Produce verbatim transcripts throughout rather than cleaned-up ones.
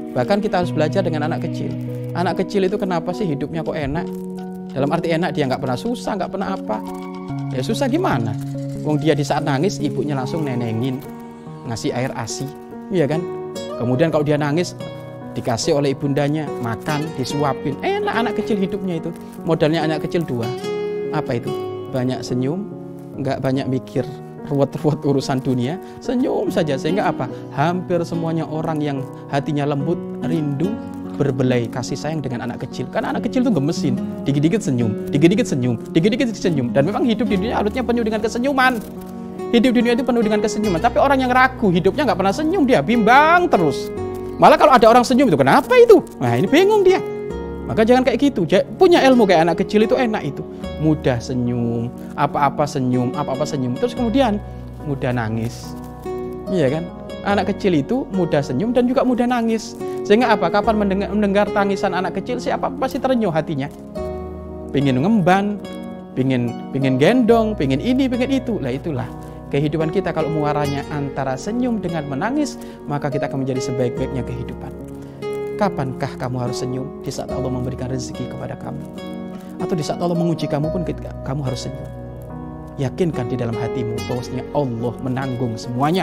Bahkan kita harus belajar dengan anak kecil. Anak kecil itu kenapa sih hidupnya kok enak? Dalam arti enak, dia nggak pernah susah, nggak pernah apa. Ya susah gimana? Wong dia di saat nangis, ibunya langsung nenengin, ngasih air A S I, iya kan? Kemudian kalau dia nangis, dikasih oleh ibundanya, makan, disuapin. Enak anak kecil hidupnya itu. Modalnya anak kecil dua. Apa itu? Banyak senyum, nggak banyak mikir ruwet-ruwet urusan dunia, senyum saja. Sehingga apa? Hampir semuanya orang yang hatinya lembut, rindu, berbelai kasih sayang dengan anak kecil. Karena anak kecil itu gemesin, dikit-dikit senyum, dikit-dikit senyum, dikit-dikit senyum. Dan memang hidup di dunia alutnya penuh dengan kesenyuman. Hidup di dunia itu penuh dengan kesenyuman. Tapi orang yang ragu, hidupnya nggak pernah senyum, dia bimbang terus. Malah kalau ada orang senyum itu, kenapa itu? Nah ini bingung dia. Maka jangan kayak gitu. Punya ilmu kayak anak kecil itu enak itu. Mudah senyum, apa-apa senyum, apa-apa senyum. Terus kemudian mudah nangis. Iya kan? Anak kecil itu mudah senyum dan juga mudah nangis. Sehingga apa? Kapan mendengar, mendengar tangisan anak kecil, siapa pasti terenyuh hatinya. Pingin ngemban, pingin, pingin gendong, pingin ini, pingin itu. Lah itulah kehidupan kita kalau muaranya antara senyum dengan menangis, maka kita akan menjadi sebaik-baiknya kehidupan. Kapankah kamu harus senyum? Di saat Allah memberikan rezeki kepada kamu. Atau di saat Allah menguji kamu pun kamu harus senyum. Yakinkan di dalam hatimu bahwasanya Allah menanggung semuanya.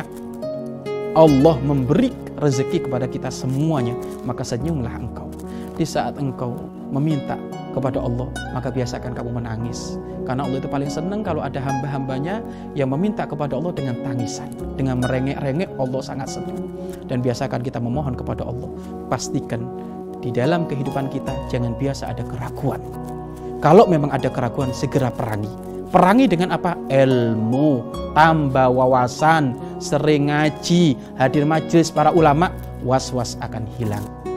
Allah memberi rezeki kepada kita semuanya. Maka senyumlah engkau. Di saat engkau meminta kepada Allah, maka biasakan kamu menangis. Karena Allah itu paling senang kalau ada hamba-hambanya yang meminta kepada Allah dengan tangisan. Dengan merengek-rengek, Allah sangat senang. Dan biasakan kita memohon kepada Allah. Pastikan di dalam kehidupan kita jangan biasa ada keraguan. Kalau memang ada keraguan, segera perangi. Perangi dengan apa? Ilmu, tambah wawasan, sering ngaji, hadir majelis para ulama, was-was akan hilang.